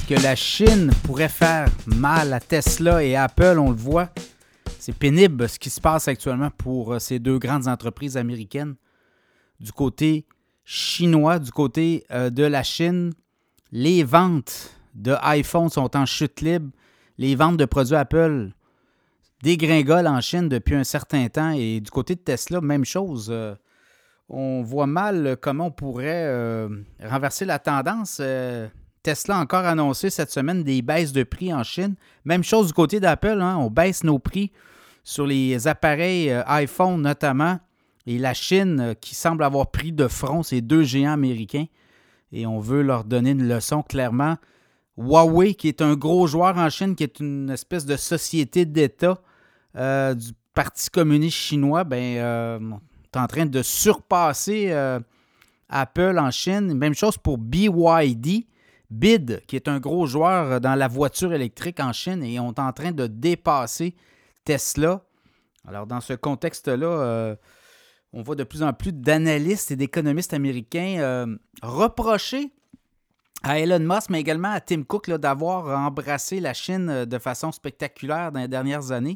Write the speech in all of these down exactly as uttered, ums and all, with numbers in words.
que la Chine pourrait faire mal à Tesla et Apple, on le voit. C'est pénible ce qui se passe actuellement pour ces deux grandes entreprises américaines. Du côté chinois, du côté euh, de la Chine, les ventes de iPhone sont en chute libre. Les ventes de produits Apple dégringolent en Chine depuis un certain temps. Et du côté de Tesla, même chose. Euh, on voit mal comment on pourrait euh, renverser la tendance. Euh, Tesla a encore annoncé cette semaine des baisses de prix en Chine. Même chose du côté d'Apple. Hein, on baisse nos prix sur les appareils euh, iPhone notamment. Et la Chine euh, qui semble avoir pris de front ces deux géants américains. Et on veut leur donner une leçon clairement. Huawei, qui est un gros joueur en Chine, qui est une espèce de société d'État euh, du Parti communiste chinois, ben, euh, est en train de surpasser euh, Apple en Chine. Même chose pour B Y D, B I D, qui est un gros joueur dans la voiture électrique en Chine, et on est en train de dépasser Tesla. Alors, dans ce contexte-là, euh, on voit de plus en plus d'analystes et d'économistes américains euh, reprocher à Elon Musk, mais également à Tim Cook là, d'avoir embrassé la Chine de façon spectaculaire dans les dernières années,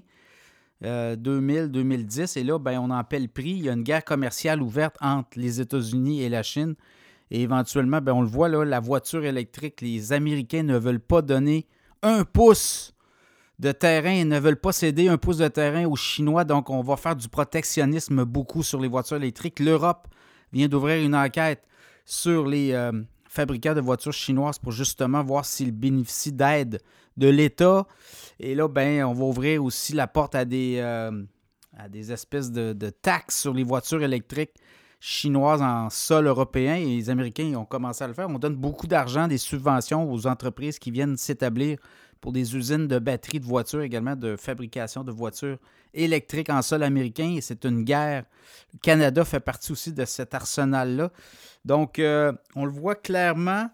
euh, deux mille, deux mille dix. Et là, ben, on en paie le prix. Il y a une guerre commerciale ouverte entre les États-Unis et la Chine. Et éventuellement, ben, on le voit, là, la voiture électrique, les Américains ne veulent pas donner un pouce de terrain, ils ne veulent pas céder un pouce de terrain aux Chinois. Donc, on va faire du protectionnisme beaucoup sur les voitures électriques. L'Europe vient d'ouvrir une enquête sur les euh, fabricants de voitures chinoises pour justement voir s'ils bénéficient d'aide de l'État. Et là, ben, on va ouvrir aussi la porte à des, euh, à des espèces de, de taxes sur les voitures électriques chinoises en sol européen. Et les Américains ils ont commencé à le faire. On donne beaucoup d'argent, des subventions aux entreprises qui viennent s'établir pour des usines de batteries de voitures, également de fabrication de voitures électriques en sol américain. Et c'est une guerre. Le Canada fait partie aussi de cet arsenal-là. Donc, euh, on le voit clairement,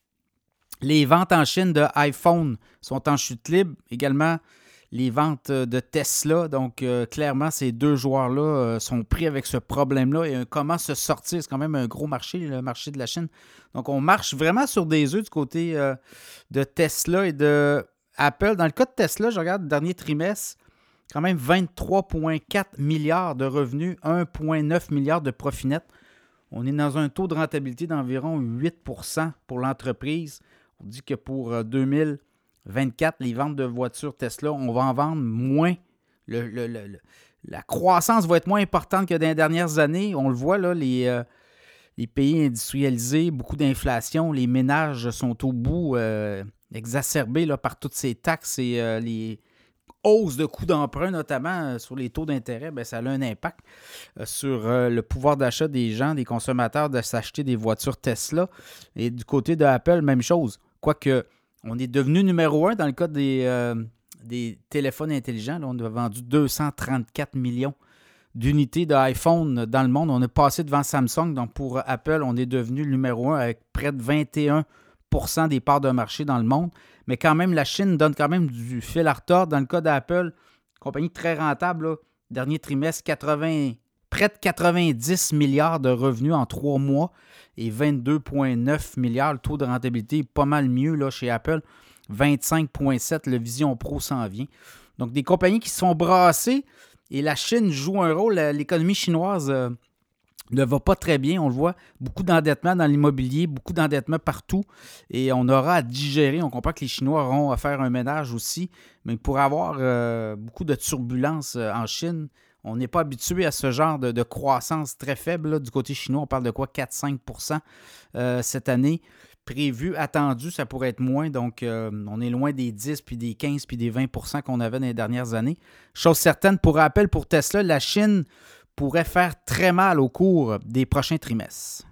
les ventes en Chine de iPhone sont en chute libre. Également, les ventes de Tesla. Donc, euh, clairement, ces deux joueurs-là euh, sont pris avec ce problème-là. Et euh, comment se sortir? C'est quand même un gros marché, le marché de la Chine. Donc, on marche vraiment sur des œufs du côté euh, de Tesla et de Apple. Dans le cas de Tesla, je regarde le dernier trimestre, quand même vingt-trois virgule quatre milliards de revenus, un virgule neuf milliard de profit net. On est dans un taux de rentabilité d'environ huit pour cent pour l'entreprise. On dit que pour deux mille vingt-quatre, les ventes de voitures Tesla, on va en vendre moins. Le, le, le, le, la croissance va être moins importante que dans les dernières années. On le voit, là, les, euh, les pays industrialisés, beaucoup d'inflation, les ménages sont au bout, euh, exacerbés là, par toutes ces taxes et euh, les hausses de coûts d'emprunt, notamment euh, sur les taux d'intérêt. Bien, ça a un impact euh, sur euh, le pouvoir d'achat des gens, des consommateurs, de s'acheter des voitures Tesla. Et du côté de Apple, même chose. Quoique, on est devenu numéro un dans le cas des, euh, des téléphones intelligents. Là, on a vendu deux cent trente-quatre millions d'unités d'iPhone dans le monde. On est passé devant Samsung. Donc, pour Apple, on est devenu le numéro un avec près de vingt et un pour cent des parts de marché dans le monde. Mais quand même, la Chine donne quand même du fil à retordre. Dans le cas d'Apple, compagnie très rentable, là, dernier trimestre, quatre-vingts, près de quatre-vingt-dix milliards de revenus en trois mois et vingt-deux virgule neuf milliards. Le taux de rentabilité est pas mal mieux là, chez Apple. vingt-cinq virgule sept, le Vision Pro s'en vient. Donc, des compagnies qui se sont brassées et la Chine joue un rôle. L'économie chinoise euh, ne va pas très bien, on le voit. Beaucoup d'endettement dans l'immobilier, beaucoup d'endettement partout. Et on aura à digérer. On comprend que les Chinois auront à faire un ménage aussi. Mais pour avoir euh, beaucoup de turbulences euh, en Chine, on n'est pas habitué à ce genre de, de croissance très faible. Là. Du côté chinois, on parle de quoi? quatre à cinq pour cent euh, cette année. Prévu, attendu, ça pourrait être moins. Donc, euh, on est loin des dix, puis des quinze, puis des vingt pour cent qu'on avait dans les dernières années. Chose certaine, pour Apple, pour Tesla, la Chine pourrait faire très mal au cours des prochains trimestres.